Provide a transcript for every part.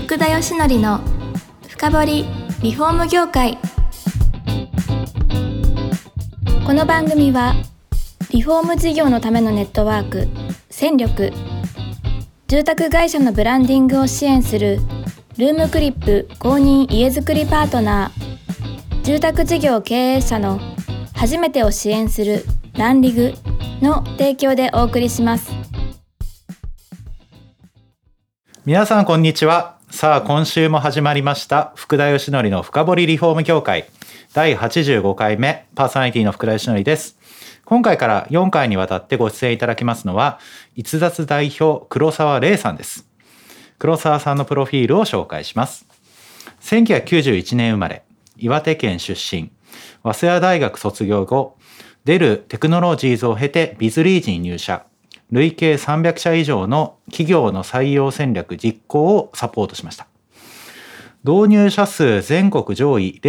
福田義則の深掘りリフォーム業界。この番組はリフォーム事業のためのネットワーク戦力、住宅会社のブランディングを支援するルームクリップ公認家づくりパートナー、住宅事業経営者の初めてを支援するランリグの提供でお送りします。 皆さんこんにちは。さあ今週も始まりました福田義則の深掘りリフォーム協会第85回目、パーソナリティの福田義則です。今回から4回にわたってご出演いただきますのは逸脱代表黒沢玲さんです。黒沢さんのプロフィールを紹介します。1991年生まれ、岩手県出身、早稲田大学卒業後デルテクノロジーズを経てビズリージに入社、累計300社以上の企業の採用戦略実行をサポートしました。導入者数全国上位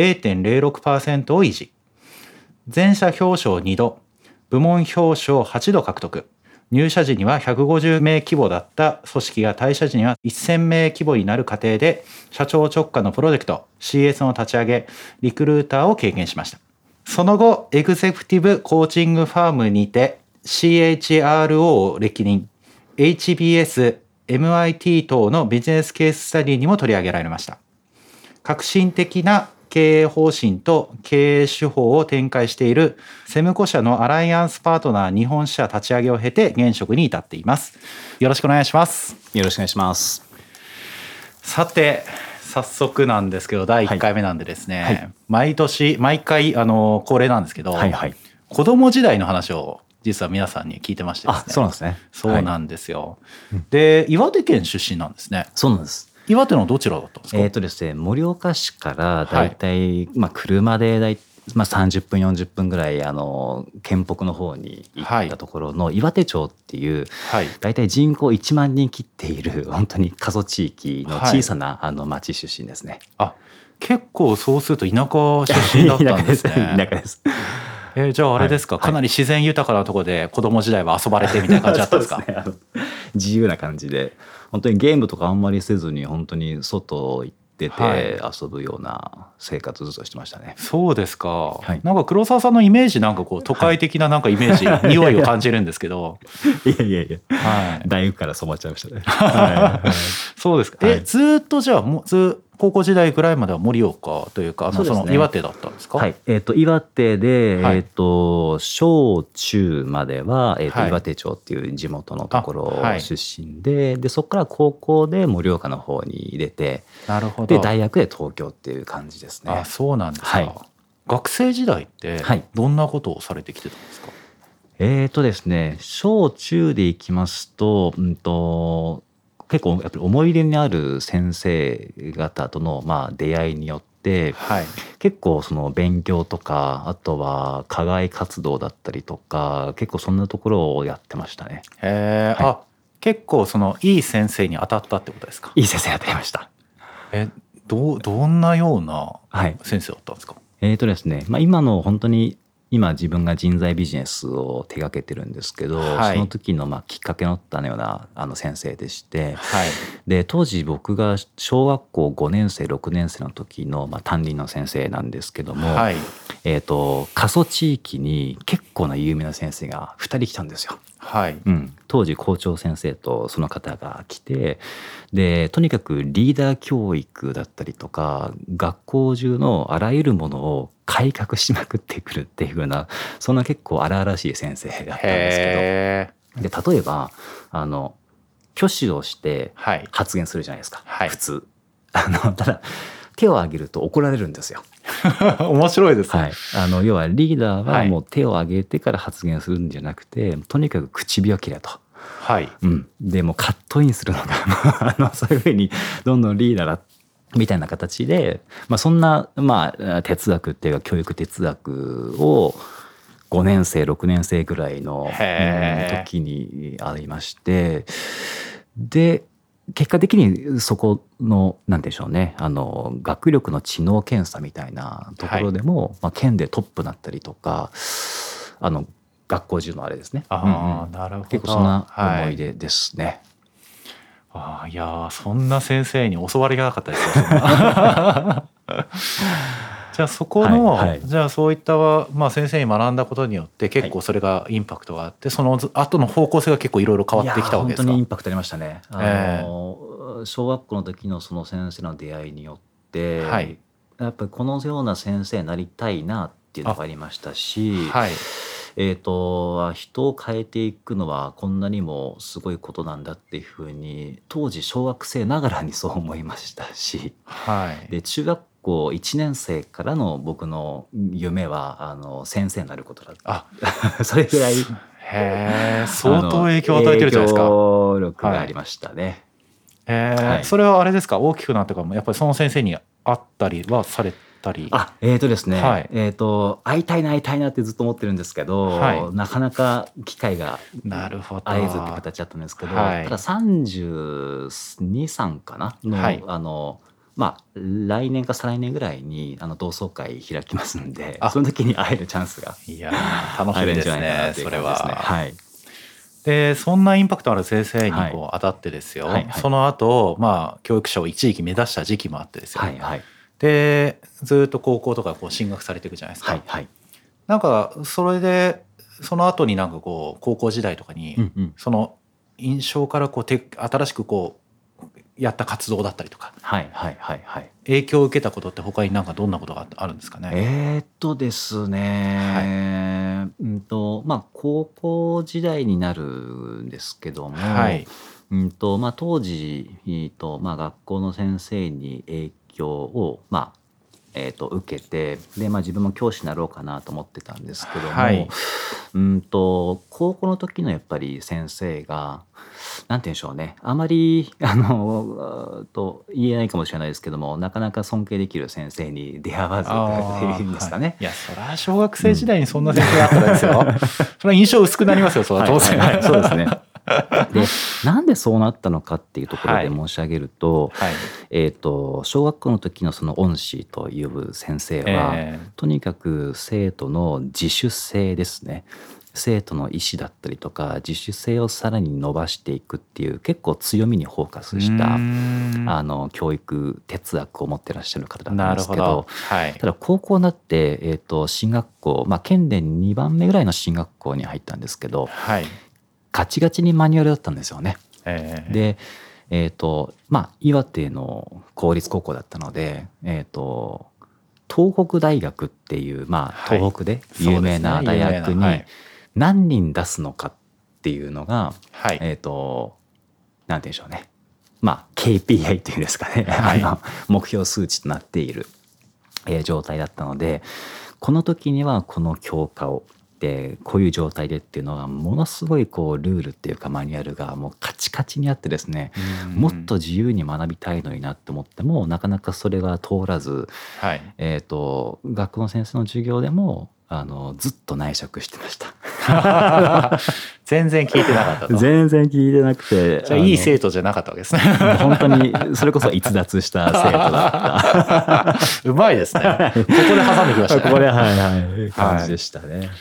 0.06% を維持、全社表彰2度、部門表彰8度獲得、入社時には150名規模だった組織が退社時には1000名規模になる過程で社長直下のプロジェクト CS の立ち上げ、リクルーターを経験しました。その後エグゼクティブコーチングファームにてCHRO を歴任、HBS、MIT 等のビジネスケーススタディにも取り上げられました。革新的な経営方針と経営手法を展開しているセムコ社のアライアンスパートナー日本支社立ち上げを経て現職に至っています。よろしくお願いします。 よろしくお願いします。 さて早速なんですけど第1回目なんでですね、毎回恒例なんですけど、子供時代の話を実は皆さんに聞いてましてですね。 そうなんですね。 そうなんですよ。で、岩手県出身なんですね。 そうなんです。 岩手のどちらだったんですか？ ですね、盛岡市からだいたい車で30分40分ぐらい県北の方に行ったところの岩手町っていう、だいたい人口1万人切っている本当に過疎地域の小さな町出身ですね。 結構そうすると田舎出身だったんですね。 田舎です。 じゃああれですか、かなり自然豊かなところで子供時代は遊ばれてみたいな感じだったんですか？ そうですね、自由な感じで本当にゲームとかあんまりせずに本当に外行ってて遊ぶような生活ずっとしてましたね。 そうですか、なんか黒沢さんのイメージなんかこう都会的ななんかイメージ、匂いを感じるんですけどいや、大学から染まっちゃいましたね。 そうですか。ずっとじゃあ高校時代ぐらいまでは盛岡というかその岩手だったんですか？ 岩手で、小中までは、岩手町っていう地元のところ出身で、そこから高校で盛岡の方に出て、 なるほど。 で大学で東京っていう感じですね。 そうなんですか。学生時代ってどんなことをされてきてたんですか？ ですね、小中でいきますと、結構やっぱり思い入れにある先生方との出会いによって、結構その勉強とかあとは課外活動だったりとか結構そんなところをやってましたね。 結構そのいい先生に当たったってことですか？ いい先生に当たりました。 どんなような先生だったんですか？ ですね、今の本当に今自分が人材ビジネスを手掛けてるんですけど、その時のきっかけのったような先生でして、で当時僕が小学校5年生6年生の時の担任の先生なんですけども、過疎地域に結構な有名な先生が2人来たんですよ。当時校長先生とその方が来て、でとにかくリーダー教育だったりとか学校中のあらゆるものを改革しまくってくるっていう風な、そんな結構荒々しい先生だったんですけど、で例えば挙手をして発言するじゃないですか、普通ただ手を挙げると怒られるんですよ。 面白いですね。 要はリーダーはもう手を挙げてから発言するんじゃなくて、とにかく口を切れと。でもうカットインするのがそういうふうにどんどんリーダーだみたいな形で、そんな哲学っていうか教育哲学を5年生6年生ぐらいの時にありまして、で結果的にそこの何でしょうね、学力の知能検査みたいなところでも、県でトップになったりとか、学校中のあれですね。 なるほど。 結構そんな思い出ですね。 いやそんな先生に教わりがなかったですよじゃあそこの、じゃあそういった、先生に学んだことによって結構それがインパクトがあって、その後の方向性が結構いろいろ変わってきたわけですか？ 本当にインパクトありましたね。小学校の時のその先生の出会いによって、やっぱりこのような先生になりたいなっていうのがありましたし、人を変えていくのはこんなにもすごいことなんだっていうふうに当時小学生ながらにそう思いましたし、で中学校1年生からの僕の夢は先生になることだったそれぐらい相当影響を与えてるじゃないですか。 影響力がありましたね。 それはあれですか、大きくなってからもやっぱりその先生に会ったりはされたり？ ですね、会いたいなってずっと思ってるんですけど、なかなか機会が会えずって形だったんですけど、ただ32、3かなの、来年か再来年ぐらいに同窓会開きますんで、その時に会えるチャンスが楽しみですね。それはでそんなインパクトある先生に当たってですよ、その後、教育者を一時期目指した時期もあってですよ、でずっと高校とか進学されていくじゃないですか。なんかそれでその後になんか高校時代とかに、その印象から新しくやった活動だったりとか、影響を受けたことって他になんかどんなことがあるんですかね？ ですね、高校時代になるんですけども、当時、学校の先生に影響を受けて、で、自分も教師になろうかなと思ってたんですけども、高校の時のやっぱり先生がなんて言うんでしょうね、あまり言えないかもしれないですけども、なかなか尊敬できる先生に出会わずっていうんですかね。 いやそりゃ小学生時代にそんな先生あったらですよ、それは印象薄くなりますよ、それは当然。 そうですね。でなんでそうなったのかっていうところで申し上げると、小学校の時のその恩師という先生は、とにかく生徒の自主性ですね、生徒の意思だったりとか自主性をさらに伸ばしていくっていう結構強みにフォーカスした教育哲学を持ってらっしゃる方だったんですけど、ただ高校になって、進学校、県で2番目ぐらいの進学校に入ったんですけど、ガチガチにマニュアルだったんですよね。で岩手の公立高校だったので、東北大学っていう、東北で有名な大学に何人出すのかっていうのが、なんて言うんでしょうね、KPI っていうんですかね、目標数値となっている、状態だったので、この時にはこの教科をでこういう状態でっていうのはものすごいルールっていうかマニュアルがもうカチカチにあってですね、もっと自由に学びたいのになって思ってもなかなかそれが通らず、学校の先生の授業でもずっと内職してました全然聞いてなかったと。 全然聞いてなくて、 じゃあいい生徒じゃなかったわけですね本当にそれこそ逸脱した生徒だったうまいですね。ここで挟んできましたね。 ここで感じでしたね。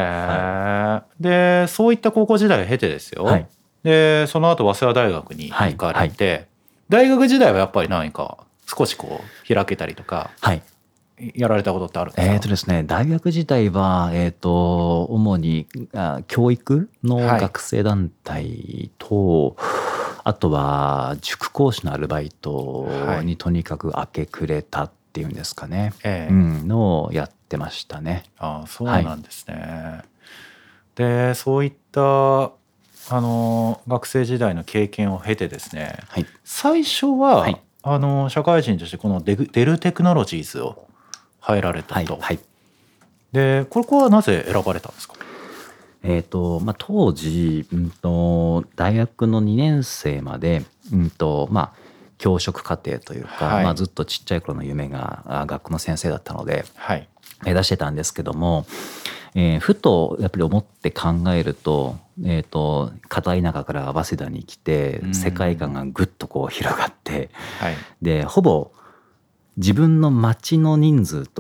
でそういった高校時代を経てですよ、でその後早稲田大学に行かれて、大学時代はやっぱり何か少し開けたりとか、やられたことってあるんですか？ ですね、大学時代は、主に教育の学生団体と、あとは塾講師のアルバイトにとにかく明け暮れたっていうんですかね、のをやってましたね。 そうなんですね。でそういった学生時代の経験を経てですね、最初は、社会人としてこのデルテクノロジーズを入られたと。でここはなぜ選ばれたんですか？ 当時、大学の2年生まで、教職課程というか、ずっとちっちゃい頃の夢が学校の先生だったので、目指してたんですけども、ふとやっぱり思って考えると、片田舎から早稲田に来て、世界観がぐっと広がって、でほぼ自分の町の人数と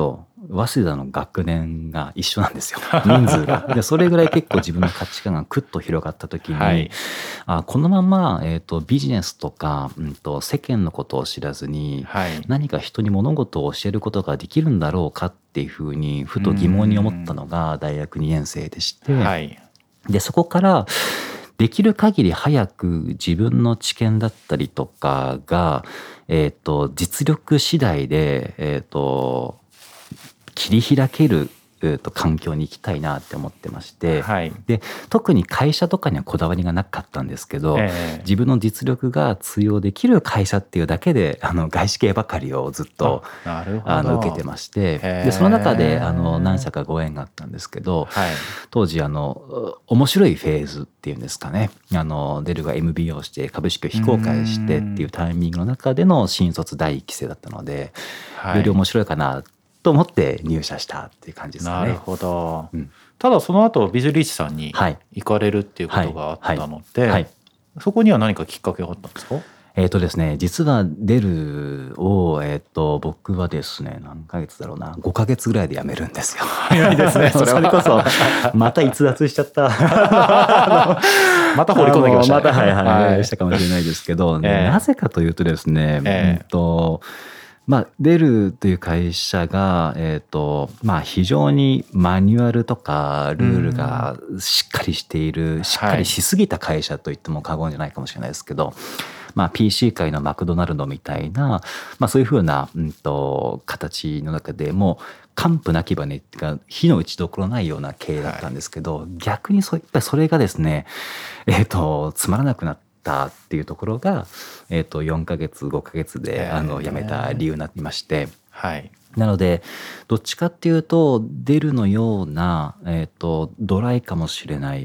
早稲田の学年が一緒なんですよ、人数が。でそれぐらい結構自分の価値観がクッと広がった時に、はい、このまま、ビジネスとか、世間のことを知らずに、はい、何か人に物事を教えることができるんだろうかっていうふうにふと疑問に思ったのが大学2年生でして、はい、でそこからできる限り早く自分の知見だったりとかが、実力次第で、切り開ける環境に行きたいなって思ってまして、はい、で特に会社とかにはこだわりがなかったんですけど、自分の実力が通用できる会社っていうだけで外資系ばかりをずっと受けてまして、でその中で何社かご縁があったんですけど、はい、当時面白いフェーズっていうんですかね、デルが MBA をして株式を非公開してっていうタイミングの中での新卒第1期生だったので、はい、より面白いかなと思って入社したっていう感じですかね。 なるほど、ただその後ビズリーチさんに行かれるっていうことがあったので、そこには何かきっかけがあったんですか？ ですね、実はデルを、僕はですね、何ヶ月だろうな、5ヶ月ぐらいで辞めるんですよ。 早いですね。それこそまた逸脱しちゃったまた放り込んできましたね。 またしたかもしれないですけど、なぜかというとですね、デルという会社が、非常にマニュアルとかルールがしっかりしている、しっかりしすぎた会社といっても過言じゃないかもしれないですけど、PC 界のマクドナルドみたいな、そういうふうな、形の中でもう完膚なきばねっていうか火の打ちどころないような経営だったんですけど、逆にやっぱりそれがですね、つまらなくなったっていうところが、4ヶ月5ヶ月で辞めた理由になっていまして、はい、なのでどっちかっていうとデルのような、ドライかもしれない、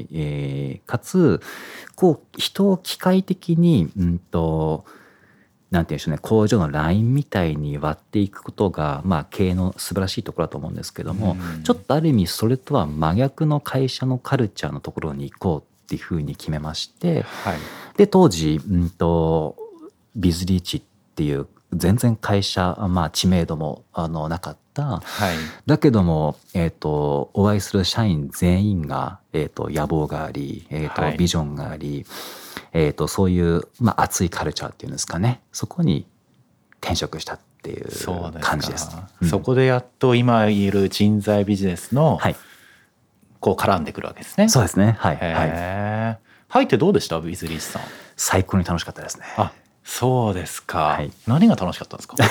かつこう人を機械的になんて言うんでしょうね、工場のラインみたいに割っていくことが、経営の素晴らしいところだと思うんですけども、ちょっとある意味それとは真逆の会社のカルチャーのところに行こうっていうふうに決めまして、はい、で当時、ビズリーチっていう全然会社、知名度もなかった、はい、だけども、お会いする社員全員が、野望があり、はい、ビジョンがあり、そういう、熱いカルチャーっていうんですかね、そこに転職したっていう感じです。 そこでやっと今いる人材ビジネスの、はい、こう絡んでくるわけですね。 そうですね。はい。はい。 入ってどうでしたビズリーチさん？ 最高に楽しかったですね。 あ、そうですか。はい、何が楽しかったんですか？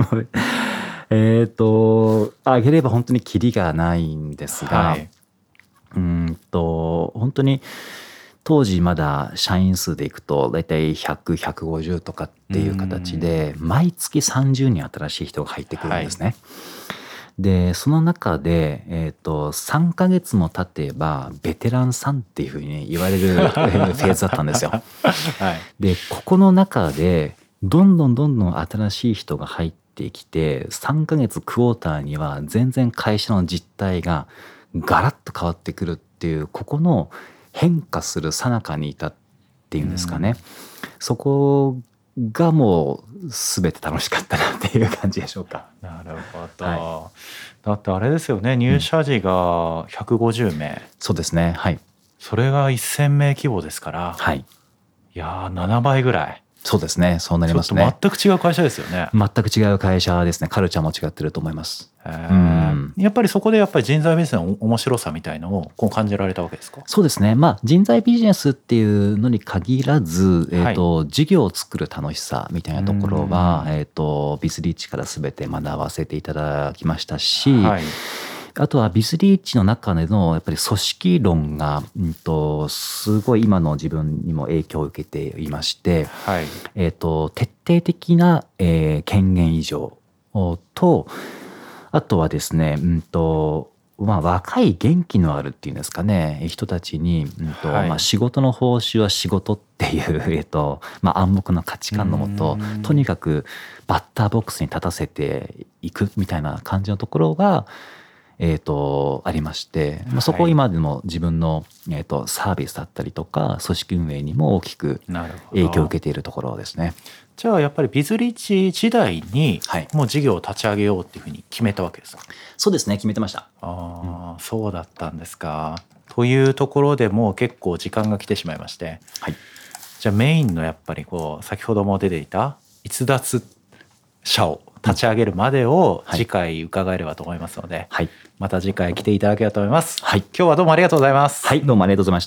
あげれば本当にキリがないんですが、はい、本当に当時まだ社員数でいくとだいたい100、150とかっていう形で毎月30人新しい人が入ってくるんですね。はい、でその中で、3ヶ月も経てばベテランさんっていうふうに言われるフェーズだったんですよ。はい、でここの中でどんどん新しい人が入ってきて3ヶ月クォーターには全然会社の実態がガラッと変わってくるっていう、ここの変化する最中にいたっていうんですかね、そこがもう全て楽しかったなっていう感じでしょうか。 なるほど、はい、だってあれですよね、入社時が150名、 そうですね、はい、 それが1000名規模ですから、はい、いや7倍ぐらい。 そうですね、そうなりますね。 ちょっと全く違う会社ですよね。 全く違う会社ですね。カルチャーも違ってると思います。 やっぱりそこでやっぱり人材ビジネスの面白さみたいのをこう感じられたわけですか？ そうですね、人材ビジネスっていうのに限らず、事業を作る楽しさみたいなところは、ビズリーチから全て学ばせていただきましたし、はい、あとはビズリーチの中でのやっぱり組織論が、すごい今の自分にも影響を受けていまして、はい、徹底的な、権限移譲と、あとはですね、若い元気のあるっていうんですかね、人たちに、仕事の報酬は仕事っていう、暗黙の価値観のもと、とにかくバッターボックスに立たせていくみたいな感じのところが、 ありまして、そこを今でも自分の、サービスだったりとか組織運営にも大きく影響を受けているところですね。 じゃあやっぱりビズリッチ時代にもう事業を立ち上げようっていうふうに決めたわけですか？ そうですね、決めてました。 そうだったんですか。というところでもう結構時間が来てしまいまして、 はい、 じゃあメインのやっぱり先ほども出ていた逸脱社を立ち上げるまでを次回伺えればと思いますので、 はい、 また次回来ていただければと思います。 はい、 今日はどうもありがとうございます。 はい、どうもありがとうございました。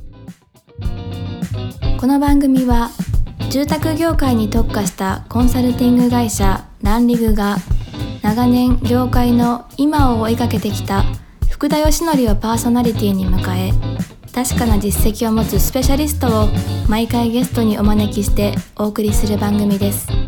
この番組は住宅業界に特化したコンサルティング会社ランリグが長年業界の今を追いかけてきた福田義則をパーソナリティに迎え、確かな実績を持つスペシャリストを毎回ゲストにお招きしてお送りする番組です。